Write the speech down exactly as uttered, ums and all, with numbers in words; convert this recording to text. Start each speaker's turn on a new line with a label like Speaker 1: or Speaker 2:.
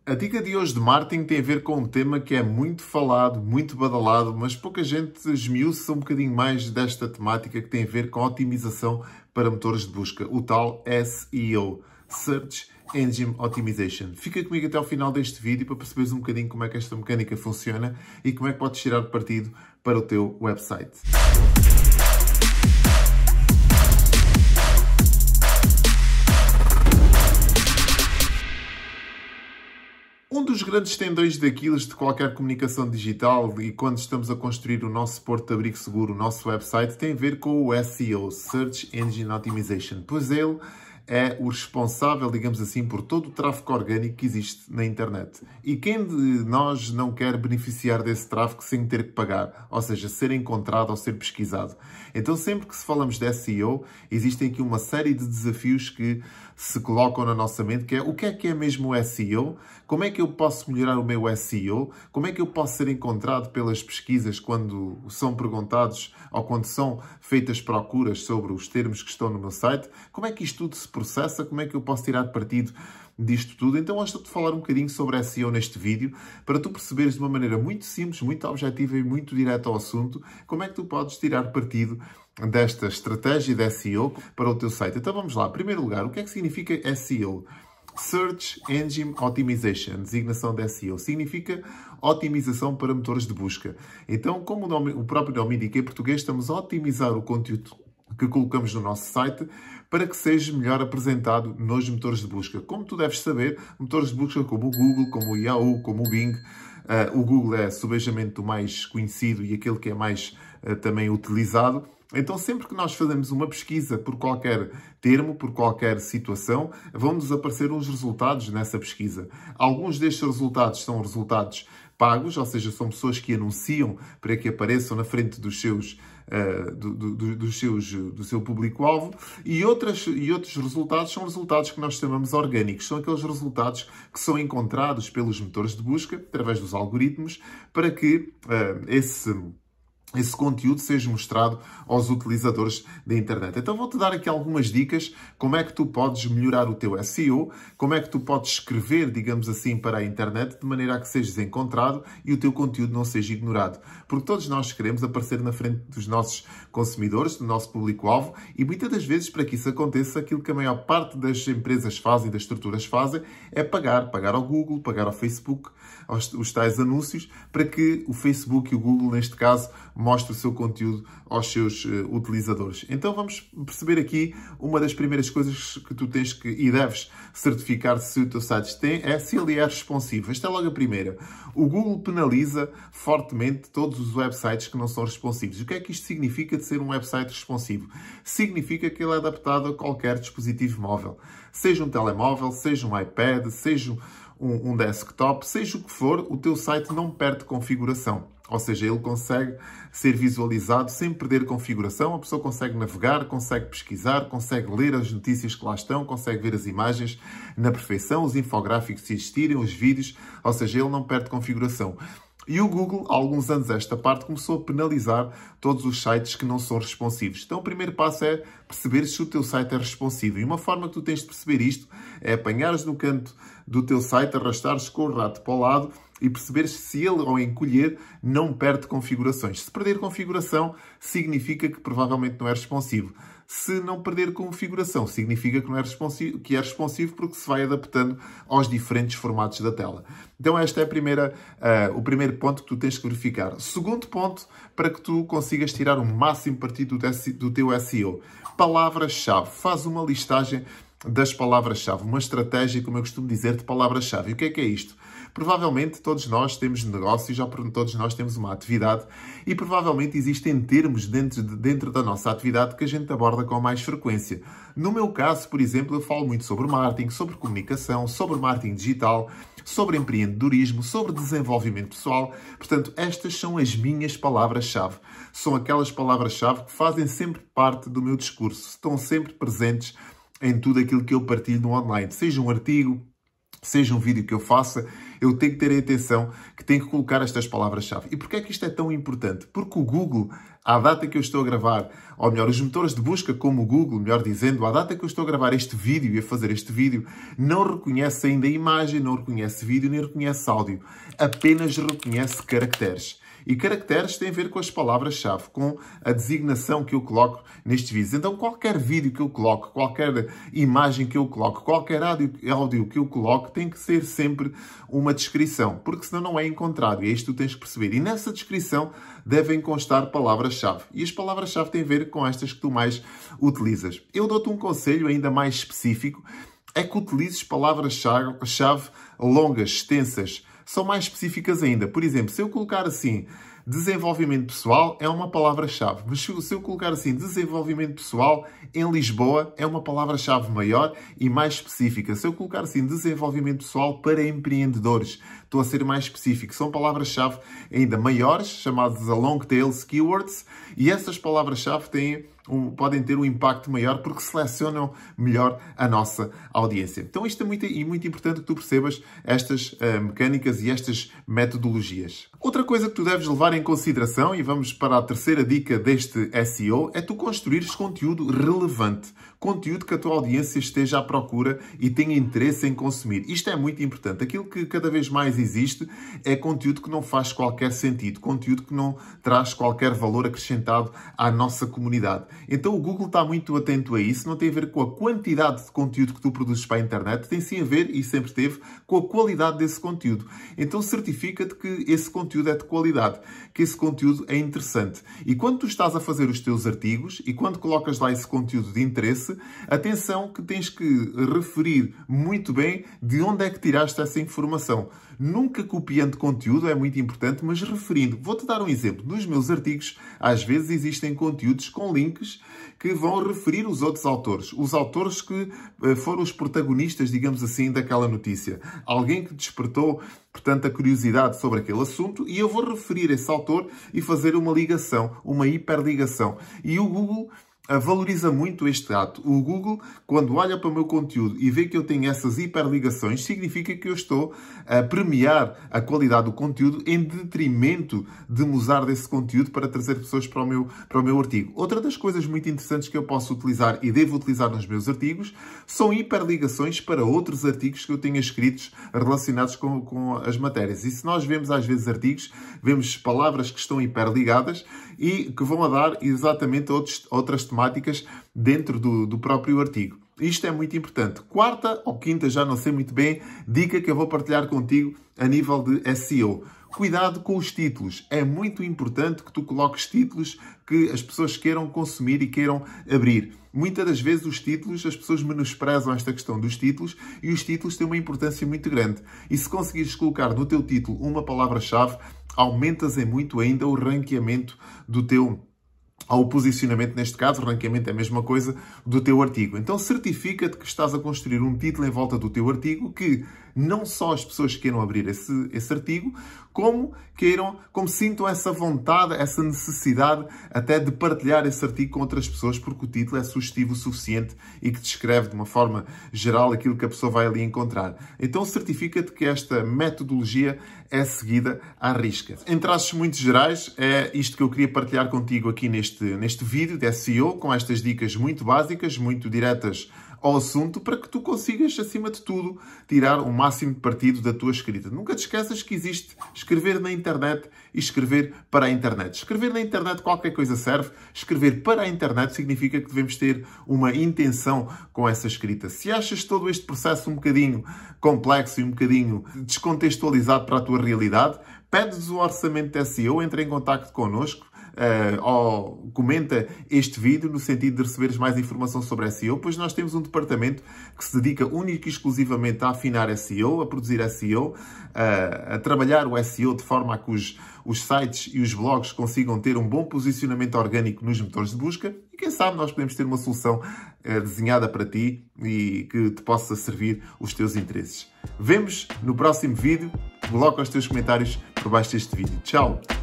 Speaker 1: A dica de hoje de marketing tem a ver com um tema que é muito falado, muito badalado, mas pouca gente esmiuça um bocadinho mais desta temática que tem a ver com otimização para motores de busca, o tal S E O, Search Engine Optimization. Fica comigo até ao final deste vídeo para perceberes um bocadinho como é que esta mecânica funciona e como é que podes tirar partido para o teu website. Um dos grandes tendões daquilo de qualquer comunicação digital e quando estamos a construir o nosso porto de abrigo seguro, o nosso website, tem a ver com o S E O, Search Engine Optimization, pois ele é o responsável, digamos assim, por todo o tráfego orgânico que existe na internet. E quem de nós não quer beneficiar desse tráfego sem ter que pagar, ou seja, ser encontrado ou ser pesquisado? Então, sempre que se falamos de S E O, existem aqui uma série de desafios que se colocam na nossa mente, que é o que é que é mesmo o S E O? Como é que eu posso melhorar o meu S E O? Como é que eu posso ser encontrado pelas pesquisas quando são perguntados ou quando são feitas procuras sobre os termos que estão no meu site? Como é que isto tudo se processa? Como é que eu posso tirar partido disto tudo? Então, hoje estou-te a falar um bocadinho sobre S E O neste vídeo, para tu perceberes de uma maneira muito simples, muito objetiva e muito direta ao assunto, como é que tu podes tirar partido desta estratégia de S E O para o teu site. Então, vamos lá. Em primeiro lugar, o que é que significa S E O? Search Engine Optimization, designação de S E O, significa otimização para motores de busca. Então, como o, nome, o próprio nome indica, em português estamos a otimizar o conteúdo que colocamos no nosso site para que seja melhor apresentado nos motores de busca. Como tu deves saber, motores de busca como o Google, como o Yahoo, como o Bing, uh, o Google é subejamente o mais conhecido e aquele que é mais uh, também utilizado. Então, sempre que nós fazemos uma pesquisa por qualquer termo, por qualquer situação, vão-nos aparecer uns resultados nessa pesquisa. Alguns destes resultados são resultados pagos, ou seja, são pessoas que anunciam para que apareçam na frente dos seus, uh, do, do, dos seus, do seu público-alvo, e, outras, e outros resultados são resultados que nós chamamos orgânicos. São aqueles resultados que são encontrados pelos motores de busca, através dos algoritmos, para que uh, esse... esse conteúdo seja mostrado aos utilizadores da internet. Então vou-te dar aqui algumas dicas como é que tu podes melhorar o teu S E O, como é que tu podes escrever, digamos assim, para a internet de maneira a que sejas encontrado e o teu conteúdo não seja ignorado. Porque todos nós queremos aparecer na frente dos nossos consumidores, do nosso público-alvo, e muitas das vezes, para que isso aconteça, aquilo que a maior parte das empresas fazem, das estruturas fazem, é pagar. Pagar ao Google, pagar ao Facebook, aos, os tais anúncios, para que o Facebook e o Google, neste caso, mostre o seu conteúdo aos seus uh, utilizadores. Então vamos perceber aqui uma das primeiras coisas que tu tens que e deves certificar se o teu site tem é se ele é responsivo. Esta é logo a primeira. O Google penaliza fortemente todos os websites que não são responsivos. O que é que isto significa de ser um website responsivo? Significa que ele é adaptado a qualquer dispositivo móvel. Seja um telemóvel, seja um iPad, seja um, um desktop, seja o que for, o teu site não perde configuração. Ou seja, ele consegue ser visualizado sem perder configuração, a pessoa consegue navegar, consegue pesquisar, consegue ler as notícias que lá estão, consegue ver as imagens na perfeição, os infográficos se existirem, os vídeos, ou seja, ele não perde configuração. E o Google, há alguns anos esta parte, começou a penalizar todos os sites que não são responsivos. Então o primeiro passo é perceber se o teu site é responsivo. E uma forma que tu tens de perceber isto é apanhares no canto do teu site, arrastares com o rato para o lado e perceberes se ele, ao encolher, não perde configurações. Se perder configuração, significa que provavelmente não é responsivo. Se não perder configuração, significa que, não é responsivo, que é responsivo porque se vai adaptando aos diferentes formatos da tela. Então, este é a primeira, uh, o primeiro ponto que tu tens que verificar. Segundo ponto, para que tu consigas tirar o máximo partido do, do teu S E O. Palavras-chave. Faz uma listagem das palavras-chave. Uma estratégia, como eu costumo dizer, de palavras-chave. E o que é que é isto? Provavelmente todos nós temos negócios, já todos nós temos uma atividade e provavelmente existem termos dentro, de, dentro da nossa atividade que a gente aborda com mais frequência. No meu caso, por exemplo, eu falo muito sobre marketing, sobre comunicação, sobre marketing digital, sobre empreendedorismo, sobre desenvolvimento pessoal. Portanto, estas são as minhas palavras-chave. São aquelas palavras-chave que fazem sempre parte do meu discurso, estão sempre presentes em tudo aquilo que eu partilho no online, seja um artigo, seja um vídeo que eu faça, eu tenho que ter a atenção que tenho que colocar estas palavras-chave. E porquê é que isto é tão importante? Porque o Google, à data que eu estou a gravar, ou melhor, os motores de busca como o Google, melhor dizendo, à data que eu estou a gravar este vídeo e a fazer este vídeo, não reconhece ainda a imagem, não reconhece vídeo, nem reconhece áudio. Apenas reconhece caracteres. E caracteres têm a ver com as palavras-chave, com a designação que eu coloco nestes vídeos. Então, qualquer vídeo que eu coloque, qualquer imagem que eu coloque, qualquer áudio, áudio que eu coloque, tem que ser sempre uma descrição, porque senão não é encontrado. E é isto que tu tens que perceber. E nessa descrição devem constar palavras-chave. E as palavras-chave têm a ver com estas que tu mais utilizas. Eu dou-te um conselho ainda mais específico, é que utilizes palavras-chave longas, extensas. São mais específicas ainda. Por exemplo, se eu colocar assim, desenvolvimento pessoal é uma palavra-chave. Mas se eu colocar assim, desenvolvimento pessoal em Lisboa, é uma palavra-chave maior e mais específica. Se eu colocar assim, desenvolvimento pessoal para empreendedores, estou a ser mais específico. São palavras-chave ainda maiores, chamadas a long tail keywords, e essas palavras-chave têm Um, podem ter um impacto maior porque selecionam melhor a nossa audiência. Então isto é muito, e muito importante que tu percebas estas uh, mecânicas e estas metodologias. Outra coisa que tu deves levar em consideração, e vamos para a terceira dica deste S E O, é tu construires conteúdo relevante. Conteúdo que a tua audiência esteja à procura e tenha interesse em consumir. Isto é muito importante. Aquilo que cada vez mais existe é conteúdo que não faz qualquer sentido, conteúdo que não traz qualquer valor acrescentado à nossa comunidade. Então o Google está muito atento a isso, não tem a ver com a quantidade de conteúdo que tu produzes para a internet, tem sim a ver, e sempre teve, com a qualidade desse conteúdo. Então certifica-te que esse conteúdo é de qualidade, que esse conteúdo é interessante. E quando tu estás a fazer os teus artigos e quando colocas lá esse conteúdo de interesse, atenção que tens que referir muito bem de onde é que tiraste essa informação. Nunca copiando conteúdo, é muito importante, mas referindo. Vou-te dar um exemplo. Nos meus artigos, às vezes existem conteúdos com links que vão referir os outros autores. Os autores que foram os protagonistas, digamos assim, daquela notícia. Alguém que despertou, portanto, a curiosidade sobre aquele assunto, e eu vou referir esse autor e fazer uma ligação, uma hiperligação. E o Google valoriza muito este ato. O Google, quando olha para o meu conteúdo e vê que eu tenho essas hiperligações, significa que eu estou a premiar a qualidade do conteúdo em detrimento de me usar desse conteúdo para trazer pessoas para o meu, para o meu artigo. Outra das coisas muito interessantes que eu posso utilizar e devo utilizar nos meus artigos são hiperligações para outros artigos que eu tenha escritos relacionados com, com as matérias. E se nós vemos às vezes artigos, vemos palavras que estão hiperligadas e que vão a dar exatamente outros, outras temáticas dentro do, do próprio artigo. Isto é muito importante. Quarta ou quinta, já não sei muito bem, dica que eu vou partilhar contigo a nível de S E O. Cuidado com os títulos. É muito importante que tu coloques títulos que as pessoas queiram consumir e queiram abrir. Muitas das vezes os títulos, as pessoas menosprezam esta questão dos títulos e os títulos têm uma importância muito grande. E se conseguires colocar no teu título uma palavra-chave, aumentas em muito ainda o ranqueamento do teu ao posicionamento, neste caso, o ranqueamento é a mesma coisa, do teu artigo. Então certifica-te que estás a construir um título em volta do teu artigo que não só as pessoas queiram abrir esse, esse artigo, como queiram, como sintam essa vontade, essa necessidade até de partilhar esse artigo com outras pessoas, porque o título é sugestivo o suficiente e que descreve de uma forma geral aquilo que a pessoa vai ali encontrar. Então certifica-te que esta metodologia é seguida à risca. Em traços muito gerais, é isto que eu queria partilhar contigo aqui neste, neste vídeo de S E O, com estas dicas muito básicas, muito diretas ao assunto, para que tu consigas, acima de tudo, tirar o máximo de partido da tua escrita. Nunca te esqueças que existe escrever na internet e escrever para a internet. Escrever na internet qualquer coisa serve. Escrever para a internet significa que devemos ter uma intenção com essa escrita. Se achas todo este processo um bocadinho complexo e um bocadinho descontextualizado para a tua realidade, pedes o orçamento de S E O, entra em contacto connosco. Uh, ou comenta este vídeo no sentido de receberes mais informação sobre S E O, pois nós temos um departamento que se dedica única e exclusivamente a afinar S E O, a produzir S E O, uh, a trabalhar o S E O de forma a que os, os sites e os blogs consigam ter um bom posicionamento orgânico nos motores de busca e quem sabe nós podemos ter uma solução uh, desenhada para ti e que te possa servir os teus interesses. Vemos no próximo vídeo. Coloca os teus comentários por baixo deste vídeo. Tchau!